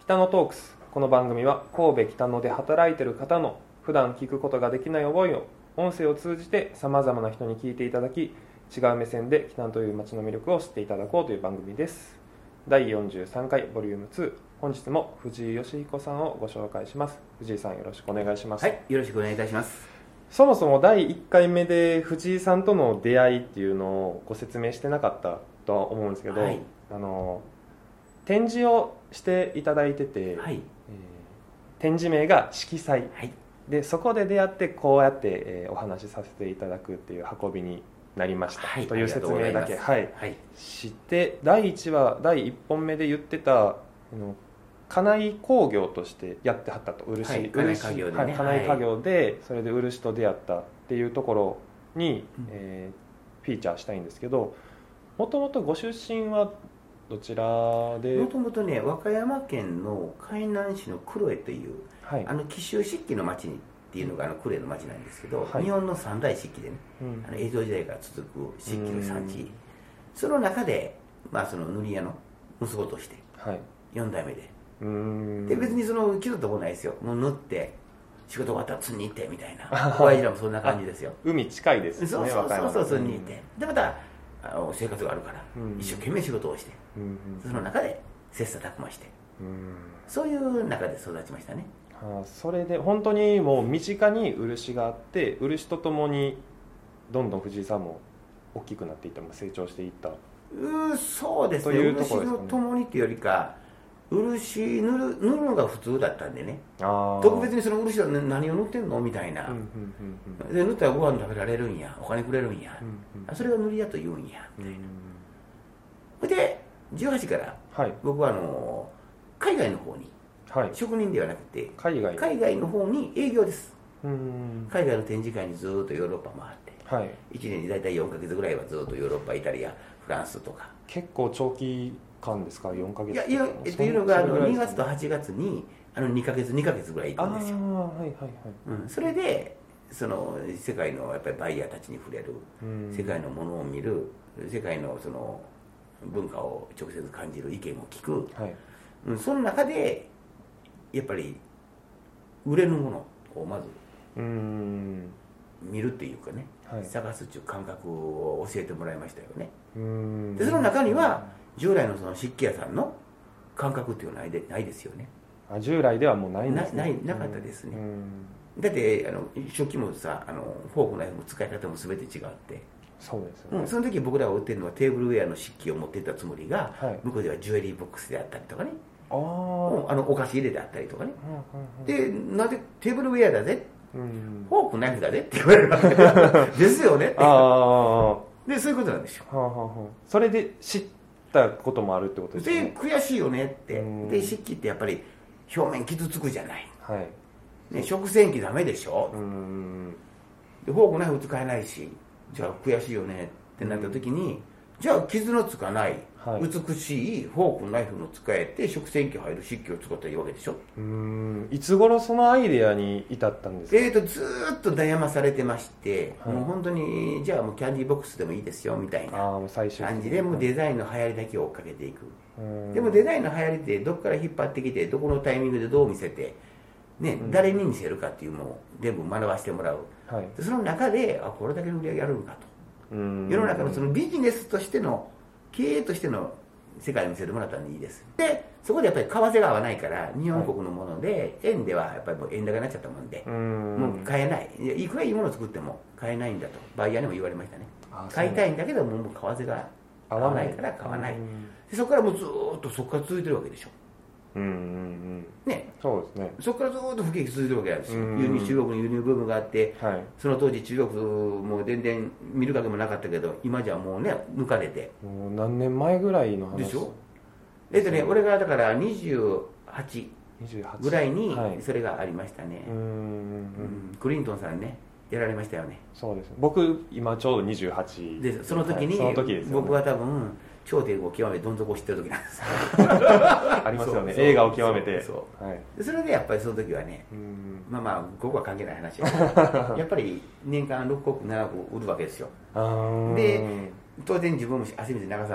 北野トークス。この番組は神戸北野で働いている方の普段聞くことができない思いを音声を通じてさまざまな人に聞いていただき、違う目線で北野という街の魅力を知っていただこうという番組です。第43回ボリューム2、本日も藤井義彦さんをご紹介します。藤井さん、よろしくお願いします。 はい、よろしくお願いいたします。 そもそも第1回目で藤井さんとの出会いっていうのをご説明してなかったとは思うんですけど、 はい、 展示をしていただいてて、 はい、 展示名が色彩、 はい、 でそこで出会ってこうやって、お話しさせていただくっていう運びになりました、 はい、 という説明だけ、 はい、 知って、第1話第1本目で言ってた家内工業としてやってはったと、漆、 はい、家内家業でね、 家内家業で、それで漆と出会ったっていうところに、フィーチャーしたいんですけど、もともとご出身はどちらで？ もともとね、和歌山県の海南市の黒江という、 はい、 紀州漆器の町っていうのが黒江の町なんですけど、 はい、 日本の三大漆器でね、江戸時代から続く漆器の産地、その中で、その塗り屋の息子として、4代目で、で別に気取ったことないですよ。もう塗って仕事終わったら釣りに行ってみたいな、親父らもそんな感じですよ。 海近いですね、 そう和歌山。 釣りに行って、でまた生活があるから、一生懸命仕事をして、その中で切磋琢磨して、そういう中で育ちましたね。 それで本当にもう身近に漆があって、漆とともにどんどん藤井さんも大きくなっていっても成長していった。 そうですね、漆のともにっていうよりか、漆塗るのが普通だったんでね、特別にその漆は何を塗ってんのみたいな、で塗ったらご飯食べられるんや、お金くれるんや、それが塗り屋と言うんやみたいな。で18から僕は海外の方に、職人ではなくて海外の方に営業です。海外の展示会にずっとヨーロッパ回って、1年に大体4ヶ月ぐらいはずっとヨーロッパ、イタリア、フランスとか。 結構長期間ですか、4ヶ月？ いやっていうのが2月と8月に2ヶ月ぐらい行くんですよ。それでその世界のやっぱりバイヤーたちに触れる、世界のものを見る、世界のその文化を直接感じる、意見を聞く、その中でやっぱり売れるものをまず見るっていうかね、探すっていう感覚を教えてもらいましたよね。でその中には従来のその漆器屋さんの感覚っていうのはないですよね。 従来ではもうないんですね。 なかったですね。だって食器もさ、フォークナイフも使い方も全て違って、 そうですよね。 その時僕らが売ってるのはテーブルウェアの漆器を持っていたつもりが、向こうではジュエリーボックスであったりとかね、お菓子入れであったりとかね、でなぜテーブルウェアだぜ、フォークナイフだぜって言われるわけですよね。でそういうことなんですよ。 それで知ったこともあるってことですね。 で悔しいよねって。で漆器ってやっぱり表面傷つくじゃない、食洗機ダメでしょ、でフォークナイフ使えないし、じゃあ悔しいよねってなった時に、じゃあ傷のつかない、美しいフォークナイフの使えて食洗機入る漆器を使ったらいいわけでしょ。 いつ頃そのアイデアに至ったんですか？ ずーっと悩まされてまして、もう本当にじゃあもうキャンディーボックスでもいいですよみたいな感じで、もうデザインの流行りだけを追っかけていく。でもデザインの流行りってどこから引っ張ってきて、どこのタイミングでどう見せて、誰に見せるかっていうのを全部学ばせてもらう。その中でこれだけの売り上げあるんかと、世の中のそのビジネスとしての、経営としての世界を見せてもらったらいいです。でそこでやっぱり為替が合わないから、日本国のもので、円ではやっぱりもう円高になっちゃったもんで、もう買えない、いくらいいものを作っても買えないんだとバイヤーにも言われましたね。買いたいんだけどもう為替が合わないから買わない。でそこからもうずっとそこから続いてるわけでしょ。 そうですね。 そこからずっと不景気続いてるわけなんですよ。中国の輸入部分があって、その当時中国も全然見る影もなかったけど、今じゃもうね抜かれて、 もう何年前ぐらいの話でしょ。俺がだから28ぐらいにそれがありましたね。クリントンさんねやられましたよね。 そうです。僕今ちょうど28 で、その時に僕は多分頂点を極めどん底を知ってる時なんですありますよね、映画を極めて。 それでやっぱりその時はね、ここは関係ない話やっぱり年間6億7億売るわけですよ。で当然自分も汗水流さんわけ。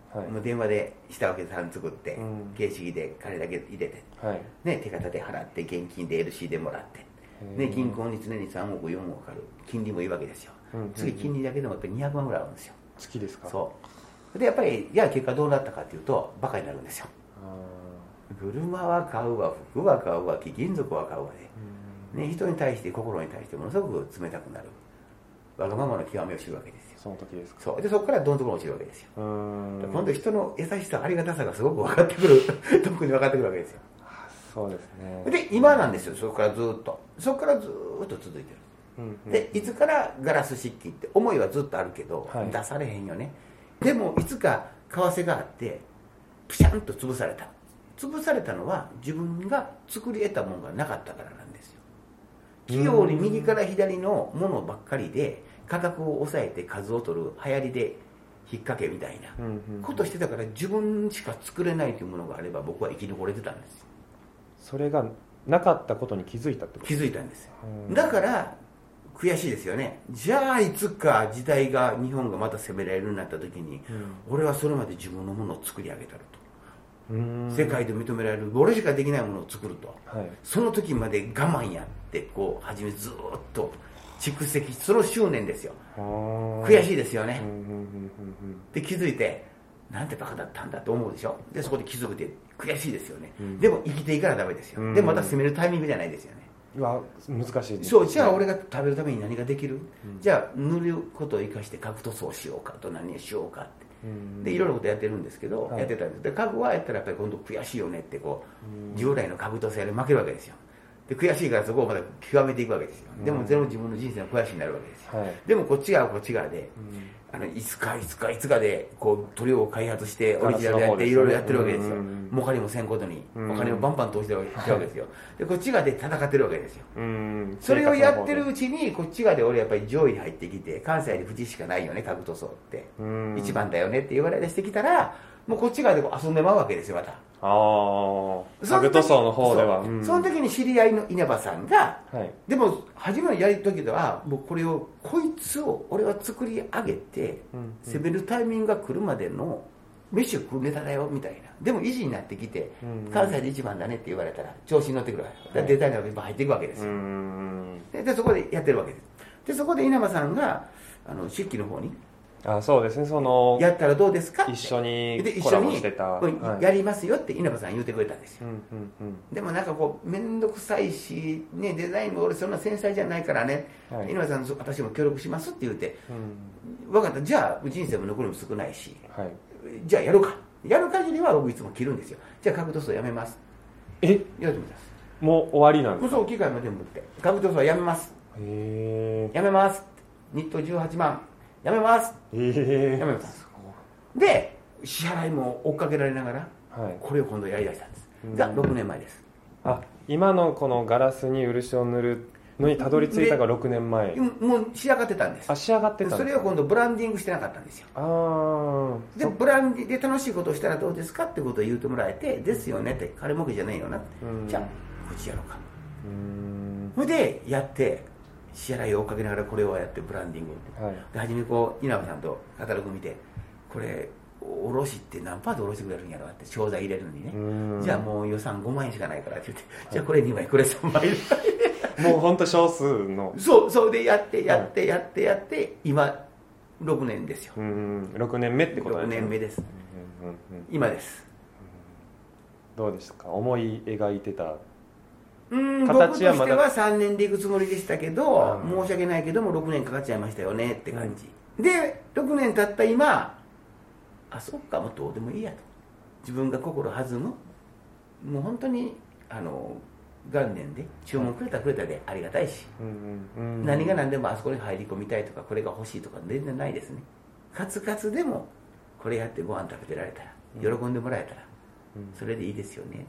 もう電話で下請けさん作って、形式で金だけ入れて、ね、手形で払って現金で LC でもらって、ね、銀行に常に3億4億かかる金利もいいわけですよ、次金利だけでもやっぱり200万ぐらいあるんですよ。 月ですか？ そうでやっぱりじゃあ結果どうなったかっていうとバカになるんですよ。車は買うわ、服は買うわ、貴金属は買うわで、ね、人に対して心に対してものすごく冷たくなる、わがままの極めを知るわけですよ。 その時ですか？ そうでそこからどんどん落ちるわけですよ。今度人の優しさありがたさがすごく分かってくる特に分かってくるわけですよ。 そうですね。 で今なんですよ。そこからずっと続いてる、でいつからガラス漆器って思いはずっとあるけど、出されへんよね。でもいつか為替があってプシャンと潰されたのは自分が作り得たものがなかったからなんですよ。器用に右から左のものばっかりで価格を抑えて数を取る流行りで引っ掛けみたいなことしてたから、自分しか作れないというものがあれば僕は生き残れてたんですよ。 それがなかったことに気づいたってこと？ 気づいたんですよ。だから悔しいですよね。じゃあいつか時代が日本がまた攻められるようになった時に、俺はそれまで自分のものを作り上げたると、世界で認められる俺しかできないものを作ると、その時まで我慢やってこう初めずっと蓄積、その執念ですよ。悔しいですよね。で気づいてなんてバカだったんだと思うでしょ。でそこで気づいて悔しいですよね、でも生きていかなダメですよ、でまた攻めるタイミングじゃないですよね。 難しいですね。 そうじゃあ俺が食べるために何ができる、じゃあ塗ることを生かして家具塗装しようかと何をしようかって、でいろいろことやってるんですけど、やってたんです。で家具はやったらやっぱり今度悔しいよねってこう従来の家具塗装やり負けるわけですよ。で悔しいからそこをまた極めていくわけですよ。でも全部自分の人生の肥やしになるわけですよ、でもこっち側で、いつかでこう塗料を開発してオリジナルでやっていろいろやってるわけですよ。儲かりもせんことにお金をバンバン投資してるわけですよ。でこっち側で戦ってるわけですよ。それをやってるうちにこっち側で俺やっぱり上位に入ってきて、関西で富士しかないよね家具塗装って一番だよねって言われ出してきたら、もうこっち側でこう遊んでまうわけですよまた。 家具塗装の方ではその時に知り合いの稲葉さんが、でも初めのやり時ではもうこいつを俺は作り上げて、攻めるタイミングが来るまでの飯を食うネタだよみたいな。でも維持になってきて、関西で一番だねって言われたら調子に乗ってくるわけです。デザイナーがいっぱい入っていくわけですよ。でそこでやってるわけです。でそこで稲葉さんが漆器の方にそうですね、 やったらどうですかって一緒にコラボしてた、 やりますよって稲葉さん言うてくれたんですよ。でもなんかこう面倒くさいし、ね、デザインも俺そんな繊細じゃないからね、稲葉さん私も協力しますって言うて、分かった、じゃあ人生も残りも少ないし、じゃあやるか、やる限りは僕いつも切るんですよ。じゃあ家具塗装やめます。やると思います。 もう終わりなんですか？ そう、機械まで持って家具塗装やめます、やめます、日当18万やめます、やめます。で支払いも追っかけられながら、これを今度やりだしたんですが6年前です。 今のこのガラスに漆を塗るのにたどり着いたが6年前。 もう仕上がってたんです。 仕上がってたんです。 それを今度ブランディングしてなかったんですよ。でブランディングで楽しいことをしたらどうですかってことを言うてもらえて、ですよねって、金儲けじゃないよなって、じゃあこっちやろうか。それでやって支払いを追っかけながらこれをやってブランディング、で初めこう稲葉さんとカタログ見て、これ卸って何パーで卸してくれるんやろって、商材入れるのにね、じゃあもう予算5万円しかないからって言って、じゃあこれ2枚これ3枚もう本当少数のそうでやって今6年ですよ。 6年目ってことですね。 6年目です、今です。 どうですか、思い描いてた僕としては3年で行くつもりでしたけど、申し訳ないけども6年かかっちゃいましたよねって感じ、で6年経った今、そっかもうどうでもいいやと、自分が心弾む、もう本当に元年で注文くれたでありがたいし、何が何でもあそこに入り込みたいとかこれが欲しいとか全然ないですね。カツカツでもこれやってご飯食べてられたら、喜んでもらえたらそれでいいですよね、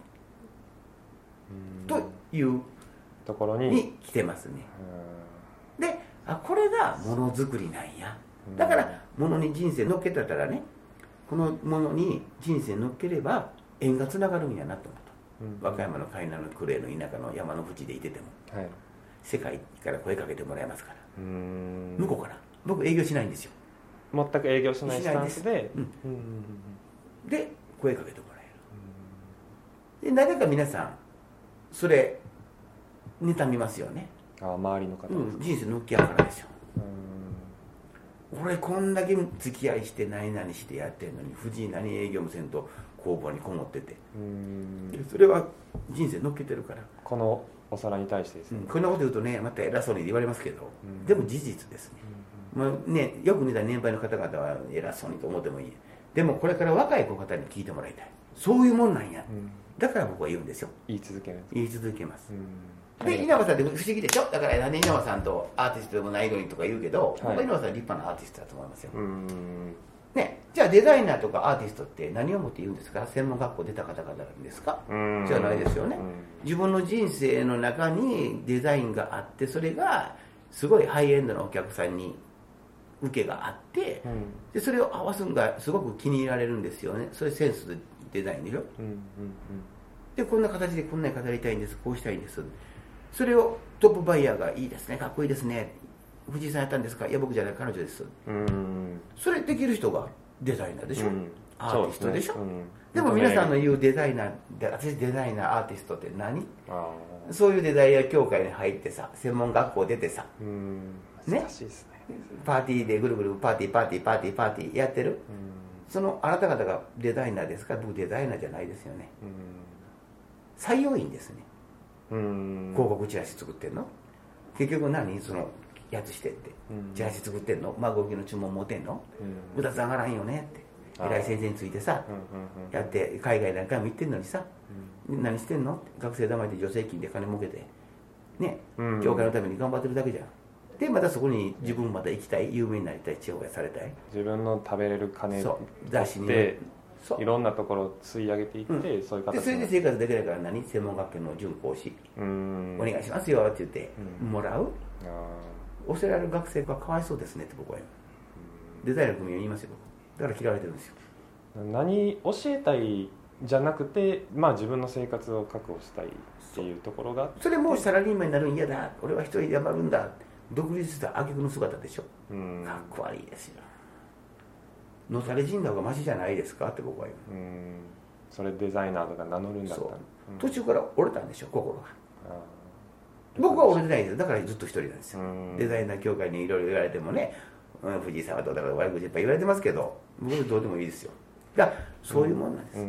というところに来てますね。でこれがものづくりなんや、だからものに人生乗っけたらね、このものに人生乗っければ縁がつながるんやなと思うと、和歌山の海南の呉の田舎の山の淵でいてても、世界から声かけてもらえますから、向こうから僕営業しないんですよ。 全く営業しないスタンスで、 で声かけてもらえる。でなぜか皆さんそれ妬みますよね。 周りの方ですか。 人生のっけやからですよ。俺こんだけ付き合いして何々してやってんのに藤井何営業もせんと工房にこもってて、それは人生のっけてるから。 このお皿に対してですね、 こんなこと言うとねまた偉そうに言われますけど、でも事実ですね。よく似た年配の方々は偉そうにと思ってもいい。でもこれから若い子方に聞いてもらいたい。そういうもんなんや、だから僕は言うんですよ。 言い続けるんです。 言い続けます。で稲葉さんって不思議でしょ。だから稲葉さんとアーティストでもないのにとか言うけど、稲葉さんは立派なアーティストだと思いますよ。ね、じゃあデザイナーとかアーティストって何をもって言うんですか。専門学校出た方々なんですか。じゃないですよね。自分の人生の中にデザインがあって、それがすごいハイエンドのお客さんに受けがあって、でそれを合わすのがすごく気に入られるんですよね。それセンスでデザインでしょ。でこんな形でこんなに飾りたいんです、こうしたいんです。それをトップバイヤーがいいですね、かっこいいですね、藤井さんやったんですか。いや僕じゃない、彼女です。それできる人がデザイナーでしょ、アーティストでしょ。でも皆さんの言うデザイナーで、私デザイナーアーティストって何。そういうデザイナー協会に入ってさ、専門学校出てさ、 難しいですね。 パーティーでぐるぐるパーティーやってる。そのあなた方がデザイナーですか。僕デザイナーじゃないですよね。採用員ですね。広告チラシ作ってんの。結局何そのやつしてって、チラシ作ってんの。孫請けの注文持てんの。うだつ上がらんよねって偉い先生についてさ、やって海外何回も行ってんのにさ、何してんのって。学生黙って助成金で金儲けてね、教会のために頑張ってるだけじゃん。でまたそこに自分また行きたい、有名になりたい、地方へされたい、 自分の食べれる金雑誌にいろんなところを吸い上げていって、そういう形でそれで生活できないから何、専門学校の準講師お願いしますよって言ってもらう。教えられる学生がかわいそうですねって僕は言う。デザインの組合言いますよ。だから嫌われてるんですよ。 何教えたいじゃなくて、自分の生活を確保したいっていうところが、 それもうサラリーマンになるん嫌だ、俺は一人で頑張るんだ、独立した挙句の姿でしょ。かっこ悪いですよ。のされ死んだ方がマシじゃないですかって僕は言う。 それデザイナーとか名乗るんだったら、 途中から折れたんでしょ、心が。僕は折れてないです。だからずっと一人なんですよ。デザイナー協会にいろいろ言われてもね、藤井さんはどうだから悪口いっぱい言われてますけど、僕はどうでもいいですよ。そういうもんなんです。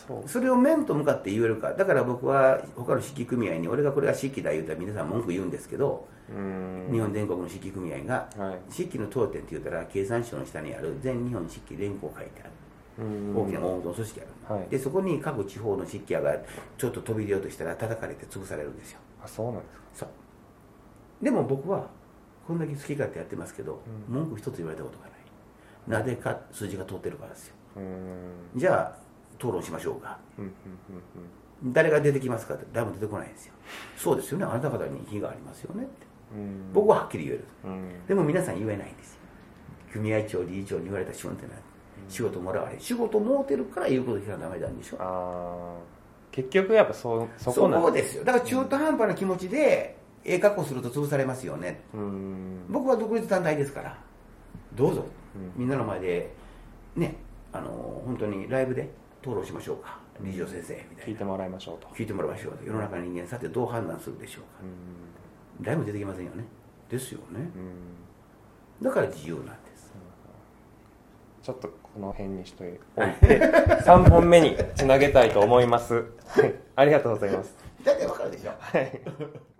それを面と向かって言えるか。だから僕は他の漆器組合に、俺がこれが漆器だ言うたら皆さん文句言うんですけど、日本全国の漆器組合が、漆器の当店って言ったら経産省の下にある全日本漆器連合会ってある。大きな大元の組織ある、でそこに各地方の漆器屋がちょっと飛び出ようとしたら叩かれて潰されるんですよ。 そうなんですか。 そうでも僕はこんだけ好き勝手やってますけど、文句一つ言われたことがない。なぜか数字が通ってるからですよ。じゃあ討論しましょうか、誰が出てきますかって誰も出てこないんですよ。そうですよね、あなた方に非がありますよねって、僕ははっきり言える、でも皆さん言えないんですよ。組合長理事長に言われた仕事って仕事もらわれ、仕事もうてるから言うこと聞かなダメなんでしょ。 結局やっぱそこなんですよ。だから中途半端な気持ちで格好すると潰されますよね。僕は独立団体ですから、どうぞ、みんなの前でね、本当にライブで討論しましょうか、理事長先生みたいな、 聞いてもらいましょうと。 聞いてもらいましょうと。世の中の人間さてどう判断するでしょうか。誰も出てきませんよね。ですよね。だから自由なんです。 ちょっとこの辺にしておいて3本目につなげたいと思います。ありがとうございます。 大体わかるでしょ。 はい